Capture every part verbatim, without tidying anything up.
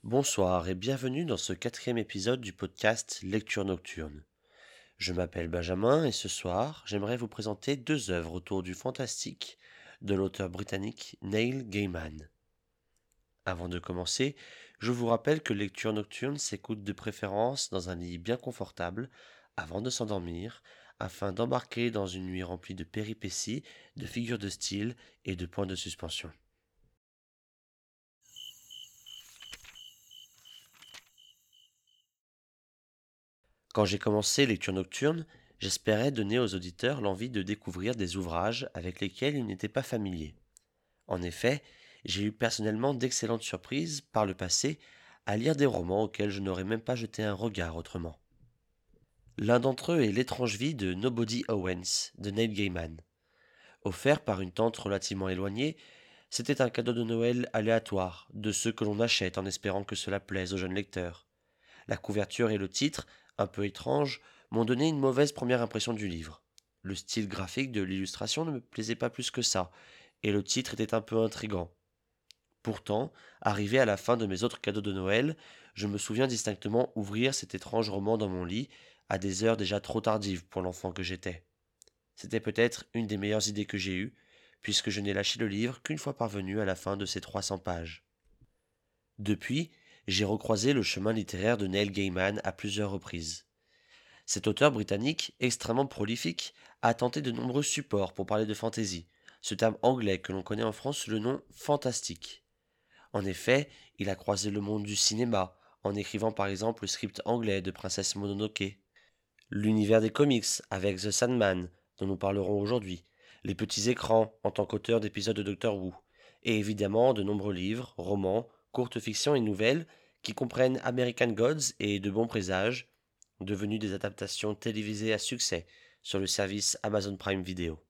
Bonsoir et bienvenue dans ce quatrième épisode du podcast Lecture Nocturne. Je m'appelle Benjamin et ce soir, j'aimerais vous présenter deux œuvres autour du fantastique de l'auteur britannique Neil Gaiman. Avant de commencer, je vous rappelle que Lecture Nocturne s'écoute de préférence dans un lit bien confortable avant de s'endormir, afin d'embarquer dans une nuit remplie de péripéties, de figures de style et de points de suspension. Quand j'ai commencé Lecture Nocturne, j'espérais donner aux auditeurs l'envie de découvrir des ouvrages avec lesquels ils n'étaient pas familiers. En effet, j'ai eu personnellement d'excellentes surprises par le passé à lire des romans auxquels je n'aurais même pas jeté un regard autrement. L'un d'entre eux est L'étrange vie de Nobody Owens de Neil Gaiman. Offert par une tante relativement éloignée, c'était un cadeau de Noël aléatoire, de ceux que l'on achète en espérant que cela plaise aux jeunes lecteurs. La couverture et le titre, un peu étranges, m'ont donné une mauvaise première impression du livre. Le style graphique de l'illustration ne me plaisait pas plus que ça, et le titre était un peu intrigant. Pourtant, arrivé à la fin de mes autres cadeaux de Noël, je me souviens distinctement ouvrir cet étrange roman dans mon lit, à des heures déjà trop tardives pour l'enfant que j'étais. C'était peut-être une des meilleures idées que j'ai eues, puisque je n'ai lâché le livre qu'une fois parvenu à la fin de ses trois cents pages. Depuis, j'ai recroisé le chemin littéraire de Neil Gaiman à plusieurs reprises. Cet auteur britannique, extrêmement prolifique, a tenté de nombreux supports pour parler de fantasy, ce terme anglais que l'on connaît en France sous le nom fantastique. En effet, il a croisé le monde du cinéma, en écrivant par exemple le script anglais de Princesse Mononoke, l'univers des comics avec The Sandman, dont nous parlerons aujourd'hui, les petits écrans en tant qu'auteur d'épisodes de Doctor Who, et évidemment de nombreux livres, romans, courtes fictions et nouvelles qui comprennent American Gods et De bons présages, devenus des adaptations télévisées à succès sur le service Amazon Prime Video.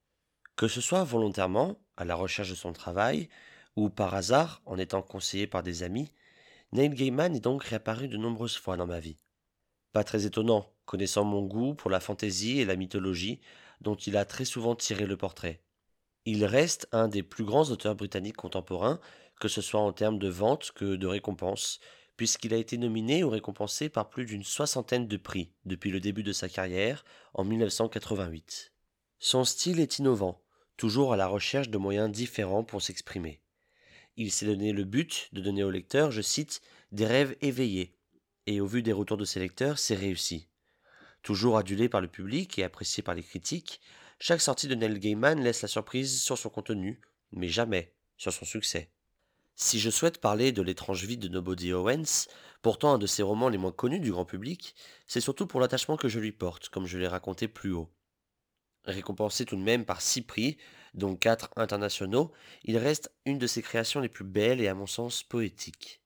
Que ce soit volontairement, à la recherche de son travail, ou par hasard, en étant conseillé par des amis, Neil Gaiman est donc réapparu de nombreuses fois dans ma vie. Pas très étonnant, connaissant mon goût pour la fantaisie et la mythologie, dont il a très souvent tiré le portrait. Il reste un des plus grands auteurs britanniques contemporains, que ce soit en termes de vente que de récompenses, puisqu'il a été nominé ou récompensé par plus d'une soixantaine de prix depuis le début de sa carrière en mille neuf cent quatre-vingt-huit. Son style est innovant, toujours à la recherche de moyens différents pour s'exprimer. Il s'est donné le but de donner au lecteur, je cite, des rêves éveillés, et au vu des retours de ses lecteurs, c'est réussi. Toujours adulé par le public et apprécié par les critiques, chaque sortie de Neil Gaiman laisse la surprise sur son contenu, mais jamais sur son succès. Si je souhaite parler de L'étrange vie de Nobody Owens, pourtant un de ses romans les moins connus du grand public, c'est surtout pour l'attachement que je lui porte, comme je l'ai raconté plus haut. Récompensé tout de même par six prix, dont quatre internationaux, il reste une de ses créations les plus belles et à mon sens poétiques.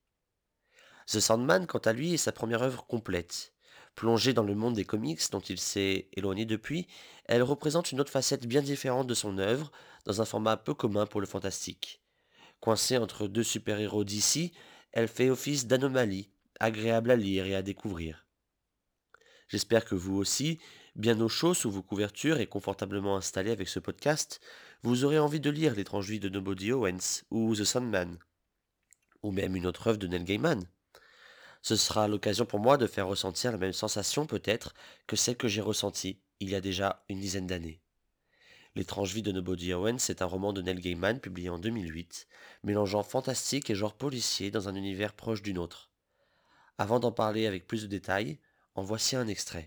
The Sandman, quant à lui, est sa première œuvre complète. Plongée dans le monde des comics dont il s'est éloigné depuis, elle représente une autre facette bien différente de son œuvre, dans un format peu commun pour le fantastique. Coincée entre deux super-héros d'ici, elle fait office d'anomalie, agréable à lire et à découvrir. J'espère que vous aussi, bien au chaud sous vos couvertures et confortablement installés avec ce podcast, vous aurez envie de lire L'étrange vie de Nobody Owens ou The Sandman, ou même une autre œuvre de Neil Gaiman. Ce sera l'occasion pour moi de faire ressentir la même sensation peut-être que celle que j'ai ressentie il y a déjà une dizaine d'années. L'étrange vie de Nobody Owens est un roman de Neil Gaiman publié en deux mille huit, mélangeant fantastique et genre policier dans un univers proche du nôtre. Avant d'en parler avec plus de détails, en voici un extrait.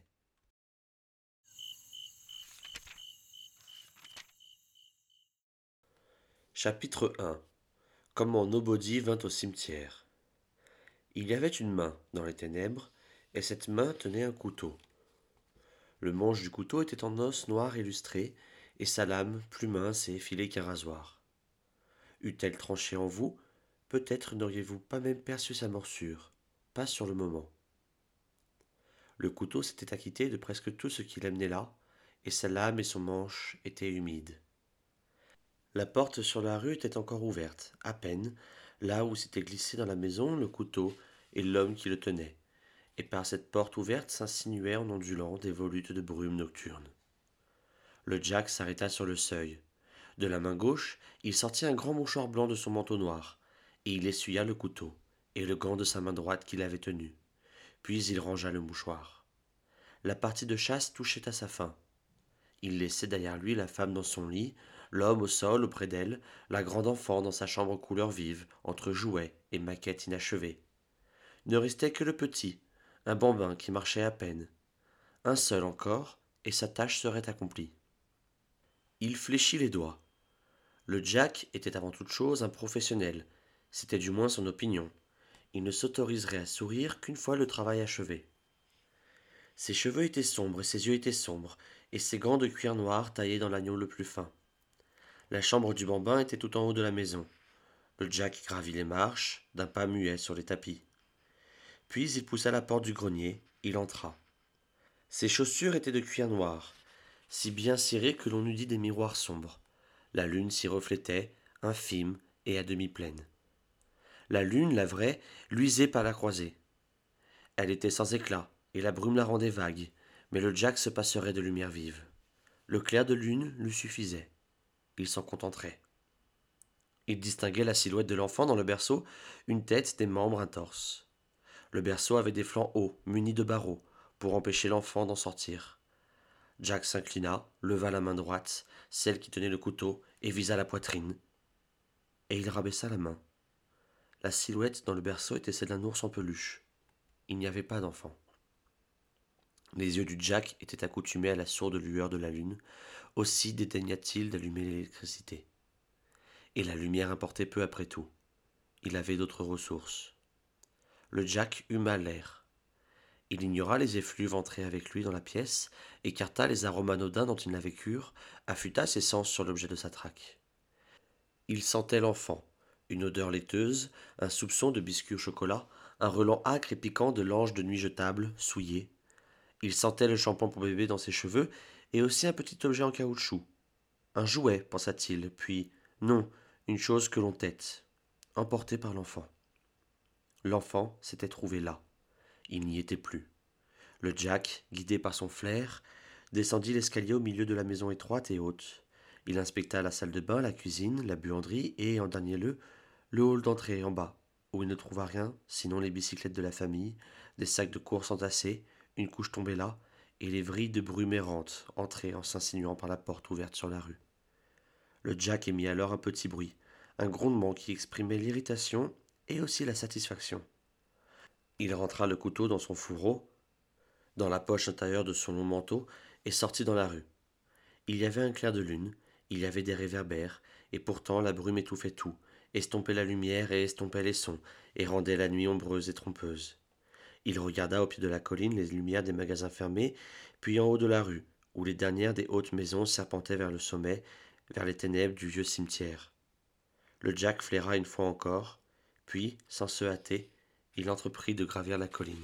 Chapitre un. Comment Nobody vint au cimetière. Il y avait une main dans les ténèbres, et cette main tenait un couteau. Le manche du couteau était en os noir et lustré, et sa lame, plus mince et effilée qu'un rasoir. Eût-elle tranché en vous, peut-être n'auriez-vous pas même perçu sa morsure, pas sur le moment. Le couteau s'était acquitté de presque tout ce qui l'amenait là, et sa lame et son manche étaient humides. La porte sur la rue était encore ouverte, à peine, là où s'étaient glissés dans la maison le couteau et l'homme qui le tenait, et par cette porte ouverte s'insinuaient en ondulant des volutes de brume nocturne. Le Jack s'arrêta sur le seuil. De la main gauche, il sortit un grand mouchoir blanc de son manteau noir, et il essuya le couteau, et le gant de sa main droite qu'il avait tenu. Puis il rangea le mouchoir. La partie de chasse touchait à sa fin. Il laissait derrière lui la femme dans son lit, l'homme au sol auprès d'elle, la grande enfant dans sa chambre couleur vive, entre jouets et maquettes inachevées. Ne restait que le petit, un bambin qui marchait à peine. Un seul encore, et sa tâche serait accomplie. Il fléchit les doigts. Le Jack était avant toute chose un professionnel, c'était du moins son opinion. Il ne s'autoriserait à sourire qu'une fois le travail achevé. Ses cheveux étaient sombres et ses yeux étaient sombres, et ses gants de cuir noir taillés dans l'agneau le plus fin. La chambre du bambin était tout en haut de la maison. Le Jack gravit les marches, d'un pas muet sur les tapis. Puis il poussa la porte du grenier, il entra. Ses chaussures étaient de cuir noir, si bien cirées que l'on eût dit des miroirs sombres. La lune s'y reflétait, infime et à demi pleine. La lune, la vraie, luisait par la croisée. Elle était sans éclat, et la brume la rendait vague, mais le Jack se passerait de lumière vive. Le clair de lune lui suffisait. Il s'en contenterait. Il distinguait la silhouette de l'enfant dans le berceau, une tête, des membres, un torse. Le berceau avait des flancs hauts, munis de barreaux, pour empêcher l'enfant d'en sortir. Jack s'inclina, leva la main droite, celle qui tenait le couteau, et visa la poitrine. Et il rabaissa la main. La silhouette dans le berceau était celle d'un ours en peluche. Il n'y avait pas d'enfant. Les yeux du Jack étaient accoutumés à la sourde lueur de la lune, aussi dédaigna-t-il d'allumer l'électricité. Et la lumière importait peu après tout. Il avait d'autres ressources. Le Jack huma l'air. Il ignora les effluves entrés avec lui dans la pièce, écarta les aromes anodins dont il n'avait cure, affûta ses sens sur l'objet de sa traque. Il sentait l'enfant, une odeur laiteuse, un soupçon de biscuit au chocolat, un relent âcre et piquant de lange de nuit jetable, souillé. Il sentait le shampoing pour bébé dans ses cheveux, et aussi un petit objet en caoutchouc. Un jouet, pensa-t-il, puis, non, une chose que l'on tête, emporté par l'enfant. L'enfant s'était trouvé là. Il n'y était plus. Le Jack, guidé par son flair, descendit l'escalier au milieu de la maison étroite et haute. Il inspecta la salle de bain, la cuisine, la buanderie et, en dernier lieu, le hall d'entrée en bas, où il ne trouva rien, sinon les bicyclettes de la famille, des sacs de course entassés, une couche tombée là, et les vrilles de brume errante, entrées en s'insinuant par la porte ouverte sur la rue. Le Jack émit alors un petit bruit, un grondement qui exprimait l'irritation et aussi la satisfaction. Il rentra le couteau dans son fourreau, dans la poche intérieure de son long manteau, et sortit dans la rue. Il y avait un clair de lune, il y avait des réverbères, et pourtant la brume étouffait tout, estompait la lumière et estompait les sons, et rendait la nuit ombreuse et trompeuse. Il regarda au pied de la colline les lumières des magasins fermés, puis en haut de la rue, où les dernières des hautes maisons serpentaient vers le sommet, vers les ténèbres du vieux cimetière. Le Jack flaira une fois encore, puis, sans se hâter, il entreprit de gravir la colline.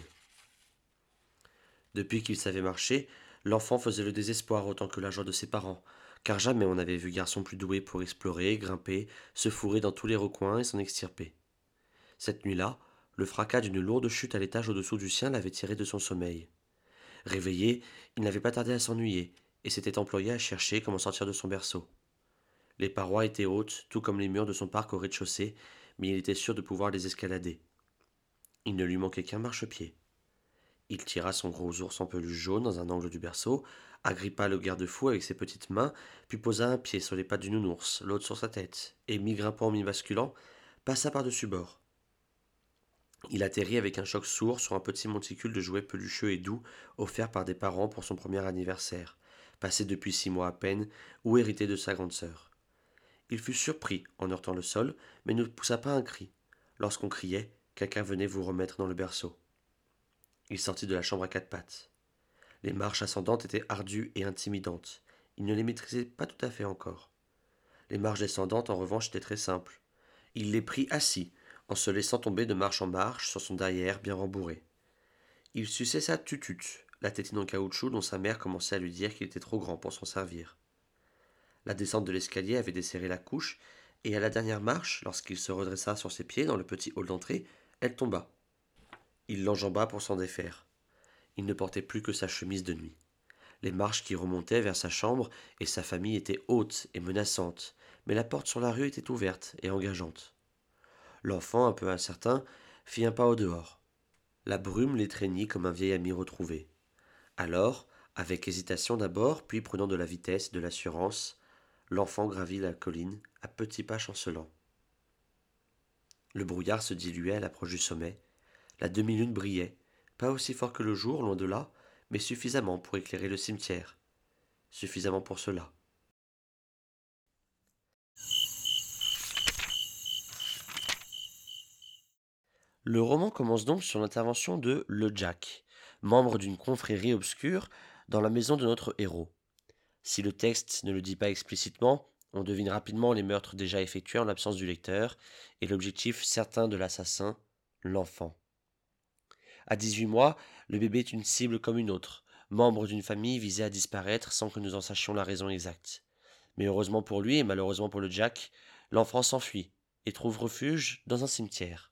Depuis qu'il savait marcher, l'enfant faisait le désespoir autant que la joie de ses parents, car jamais on n'avait vu garçon plus doué pour explorer, grimper, se fourrer dans tous les recoins et s'en extirper. Cette nuit-là, le fracas d'une lourde chute à l'étage au-dessous du sien l'avait tiré de son sommeil. Réveillé, il n'avait pas tardé à s'ennuyer, et s'était employé à chercher comment sortir de son berceau. Les parois étaient hautes, tout comme les murs de son parc au rez-de-chaussée, mais il était sûr de pouvoir les escalader. Il ne lui manquait qu'un marchepied. Il tira son gros ours en peluche jaune dans un angle du berceau, agrippa le garde-fou avec ses petites mains, puis posa un pied sur les pattes du nounours, l'autre sur sa tête, et mi-grimpant, mi-basculant, passa par-dessus bord. Il atterrit avec un choc sourd sur un petit monticule de jouets pelucheux et doux offert par des parents pour son premier anniversaire, passé depuis six mois à peine, ou hérité de sa grande sœur. Il fut surpris en heurtant le sol, mais ne poussa pas un cri. Lorsqu'on criait, quelqu'un venait vous remettre dans le berceau. Il sortit de la chambre à quatre pattes. Les marches ascendantes étaient ardues et intimidantes. Il ne les maîtrisait pas tout à fait encore. Les marches descendantes, en revanche, étaient très simples. Il les prit assis, en se laissant tomber de marche en marche sur son derrière bien rembourré. Il suçait sa tutute, la tétine en caoutchouc dont sa mère commençait à lui dire qu'il était trop grand pour s'en servir. La descente de l'escalier avait desserré la couche, et à la dernière marche, lorsqu'il se redressa sur ses pieds dans le petit hall d'entrée, elle tomba. Il l'enjamba pour s'en défaire. Il ne portait plus que sa chemise de nuit. Les marches qui remontaient vers sa chambre et sa famille étaient hautes et menaçantes, mais la porte sur la rue était ouverte et engageante. L'enfant, un peu incertain, fit un pas au dehors. La brume l'étreignit comme un vieil ami retrouvé. Alors, avec hésitation d'abord, puis prenant de la vitesse et de l'assurance, l'enfant gravit la colline à petits pas chancelants. Le brouillard se diluait à l'approche du sommet. La demi-lune brillait, pas aussi fort que le jour, loin de là, mais suffisamment pour éclairer le cimetière. Suffisamment pour cela. Le roman commence donc sur l'intervention de Le Jack, membre d'une confrérie obscure, dans la maison de notre héros. Si le texte ne le dit pas explicitement, on devine rapidement les meurtres déjà effectués en l'absence du lecteur et l'objectif certain de l'assassin, l'enfant. À dix-huit mois, le bébé est une cible comme une autre, membre d'une famille visée à disparaître sans que nous en sachions la raison exacte. Mais heureusement pour lui et malheureusement pour le Jack, l'enfant s'enfuit et trouve refuge dans un cimetière.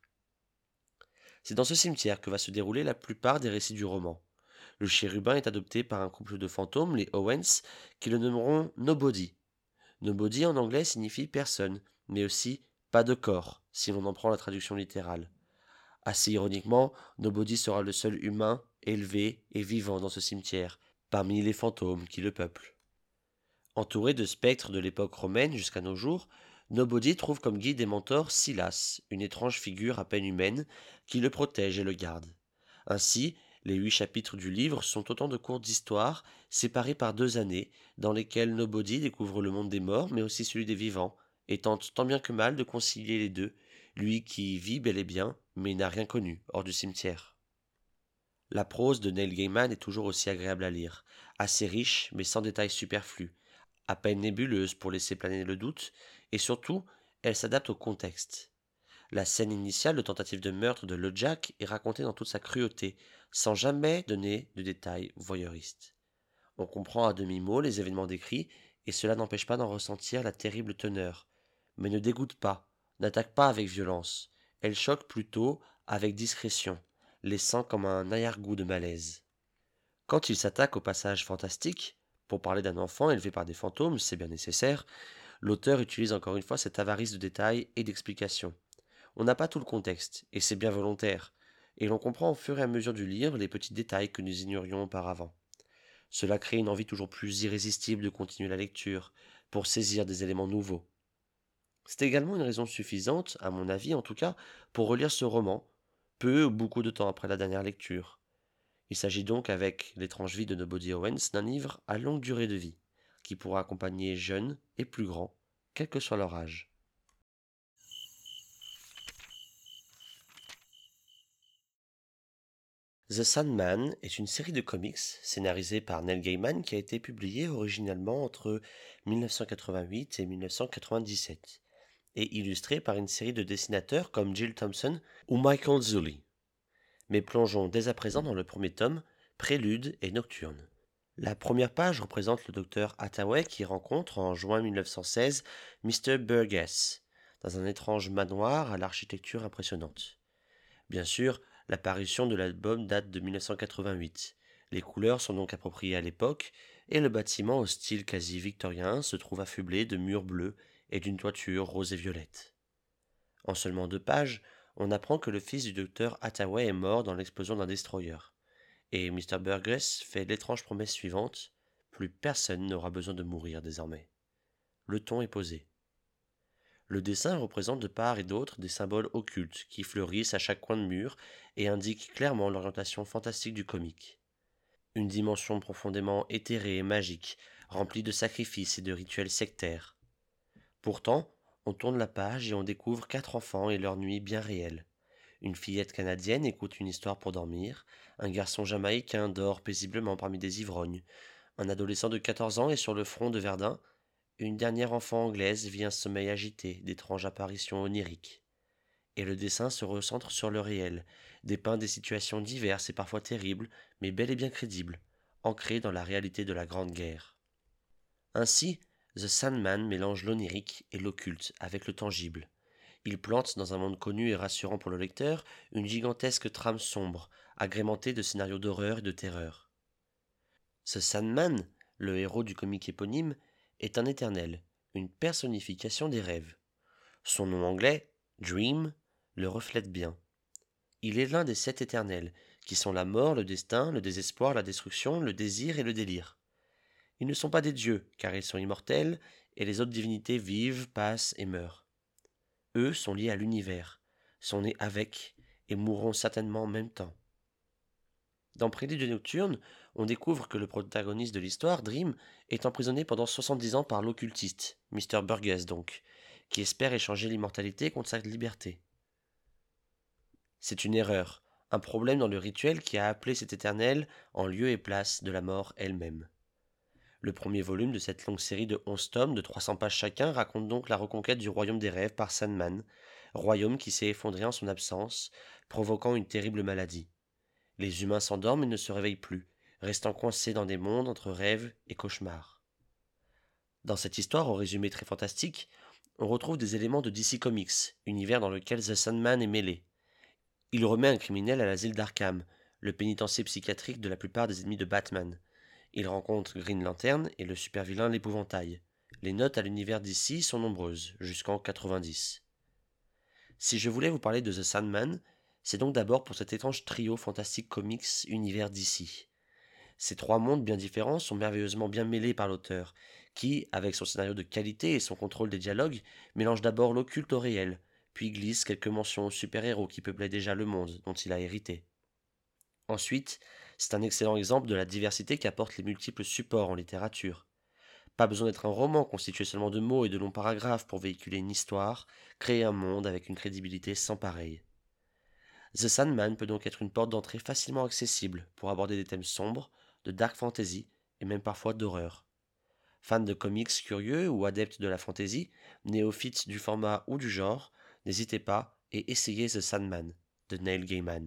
C'est dans ce cimetière que va se dérouler la plupart des récits du roman. Le chérubin est adopté par un couple de fantômes, les Owens, qui le nommeront Nobody. Nobody en anglais signifie personne, mais aussi pas de corps, si l'on en prend la traduction littérale. Assez ironiquement, Nobody sera le seul humain élevé et vivant dans ce cimetière, parmi les fantômes qui le peuplent. Entouré de spectres de l'époque romaine jusqu'à nos jours, Nobody trouve comme guide et mentor Silas, une étrange figure à peine humaine, qui le protège et le garde. Ainsi, les huit chapitres du livre sont autant de courtes histoires, séparées par deux années, dans lesquelles Nobody découvre le monde des morts, mais aussi celui des vivants, et tente tant bien que mal de concilier les deux, lui qui vit bel et bien, mais n'a rien connu hors du cimetière. La prose de Neil Gaiman est toujours aussi agréable à lire, assez riche, mais sans détails superflus, à peine nébuleuse pour laisser planer le doute, et surtout, elle s'adapte au contexte. La scène initiale de tentative de meurtre de LeJack est racontée dans toute sa cruauté, sans jamais donner de détails voyeuristes. On comprend à demi-mot les événements décrits, et cela n'empêche pas d'en ressentir la terrible teneur, mais ne dégoûte pas, n'attaque pas avec violence, elle choque plutôt avec discrétion, laissant comme un arrière-goût de malaise. Quand il s'attaque au passage fantastique, pour parler d'un enfant élevé par des fantômes, c'est bien nécessaire, l'auteur utilise encore une fois cette avarice de détails et d'explications. On n'a pas tout le contexte, et c'est bien volontaire, et l'on comprend au fur et à mesure du livre les petits détails que nous ignorions auparavant. Cela crée une envie toujours plus irrésistible de continuer la lecture, pour saisir des éléments nouveaux. C'est également une raison suffisante, à mon avis en tout cas, pour relire ce roman, peu ou beaucoup de temps après la dernière lecture. Il s'agit donc, avec L'étrange vie de Nobody Owens, d'un livre à longue durée de vie, qui pourra accompagner jeunes et plus grands, quel que soit leur âge. The Sandman est une série de comics scénarisée par Neil Gaiman qui a été publiée originalement entre mille neuf cent quatre-vingt-huit et mille neuf cent quatre-vingt-dix-sept et illustrée par une série de dessinateurs comme Jill Thompson ou Michael Zulli. Mais plongeons dès à présent dans le premier tome, Prélude et Nocturne. La première page représente le docteur Hathaway qui rencontre en juin mille neuf cent seize mister Burgess dans un étrange manoir à l'architecture impressionnante. Bien sûr, l'apparition de l'album date de mille neuf cent quatre-vingt-huit. Les couleurs sont donc appropriées à l'époque et le bâtiment au style quasi victorien se trouve affublé de murs bleus et d'une toiture rose et violette. En seulement deux pages, on apprend que le fils du docteur Hathaway est mort dans l'explosion d'un destroyer. Et mister Burgess fait l'étrange promesse suivante: plus personne n'aura besoin de mourir désormais. Le ton est posé. Le dessin représente de part et d'autre des symboles occultes qui fleurissent à chaque coin de mur et indiquent clairement l'orientation fantastique du comique. Une dimension profondément éthérée et magique, remplie de sacrifices et de rituels sectaires. Pourtant, on tourne la page et on découvre quatre enfants et leur nuit bien réelle. Une fillette canadienne écoute une histoire pour dormir, un garçon jamaïcain dort paisiblement parmi des ivrognes, un adolescent de quatorze ans est sur le front de Verdun, une dernière enfant anglaise vit un sommeil agité d'étranges apparitions oniriques. Et le dessin se recentre sur le réel, dépeint des situations diverses et parfois terribles, mais bel et bien crédibles, ancrées dans la réalité de la Grande Guerre. Ainsi, The Sandman mélange l'onirique et l'occulte avec le tangible. Il plante dans un monde connu et rassurant pour le lecteur une gigantesque trame sombre, agrémentée de scénarios d'horreur et de terreur. Ce Sandman, le héros du comique éponyme, est un éternel, une personnification des rêves. Son nom anglais, Dream, le reflète bien. Il est l'un des sept éternels, qui sont la mort, le destin, le désespoir, la destruction, le désir et le délire. Ils ne sont pas des dieux, car ils sont immortels, et les autres divinités vivent, passent et meurent. Eux sont liés à l'univers, sont nés avec, et mourront certainement en même temps. Dans Prélude nocturne, on découvre que le protagoniste de l'histoire, Dream, est emprisonné pendant soixante-dix ans par l'occultiste, mister Burgess donc, qui espère échanger l'immortalité contre sa liberté. C'est une erreur, un problème dans le rituel qui a appelé cet éternel en lieu et place de la mort elle-même. Le premier volume de cette longue série de onze tomes de trois cents pages chacun raconte donc la reconquête du royaume des rêves par Sandman, royaume qui s'est effondré en son absence, provoquant une terrible maladie. Les humains s'endorment et ne se réveillent plus, restant coincés dans des mondes entre rêves et cauchemars. Dans cette histoire, au résumé très fantastique, on retrouve des éléments de D C Comics, univers dans lequel The Sandman est mêlé. Il remet un criminel à l'asile d'Arkham, le pénitencier psychiatrique de la plupart des ennemis de Batman. Il rencontre Green Lantern et le super-vilain l'Épouvantail. Les notes à l'univers D C sont nombreuses, jusqu'en quatre-vingt-dix. Si je voulais vous parler de The Sandman, c'est donc d'abord pour cet étrange trio fantastique comics univers D C. Ces trois mondes bien différents sont merveilleusement bien mêlés par l'auteur, qui, avec son scénario de qualité et son contrôle des dialogues, mélange d'abord l'occulte au réel, puis glisse quelques mentions aux super-héros qui peuplaient déjà le monde dont il a hérité. Ensuite, c'est un excellent exemple de la diversité qu'apportent les multiples supports en littérature. Pas besoin d'être un roman constitué seulement de mots et de longs paragraphes pour véhiculer une histoire, créer un monde avec une crédibilité sans pareille. The Sandman peut donc être une porte d'entrée facilement accessible pour aborder des thèmes sombres, de dark fantasy et même parfois d'horreur. Fans de comics curieux ou adeptes de la fantasy, néophytes du format ou du genre, n'hésitez pas et essayez The Sandman de Neil Gaiman.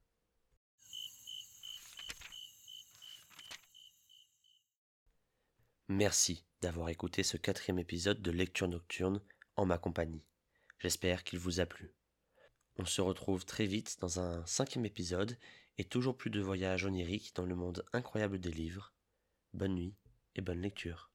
Merci d'avoir écouté ce quatrième épisode de Lecture Nocturne en ma compagnie. J'espère qu'il vous a plu. On se retrouve très vite dans un cinquième épisode et toujours plus de voyages oniriques dans le monde incroyable des livres. Bonne nuit et bonne lecture.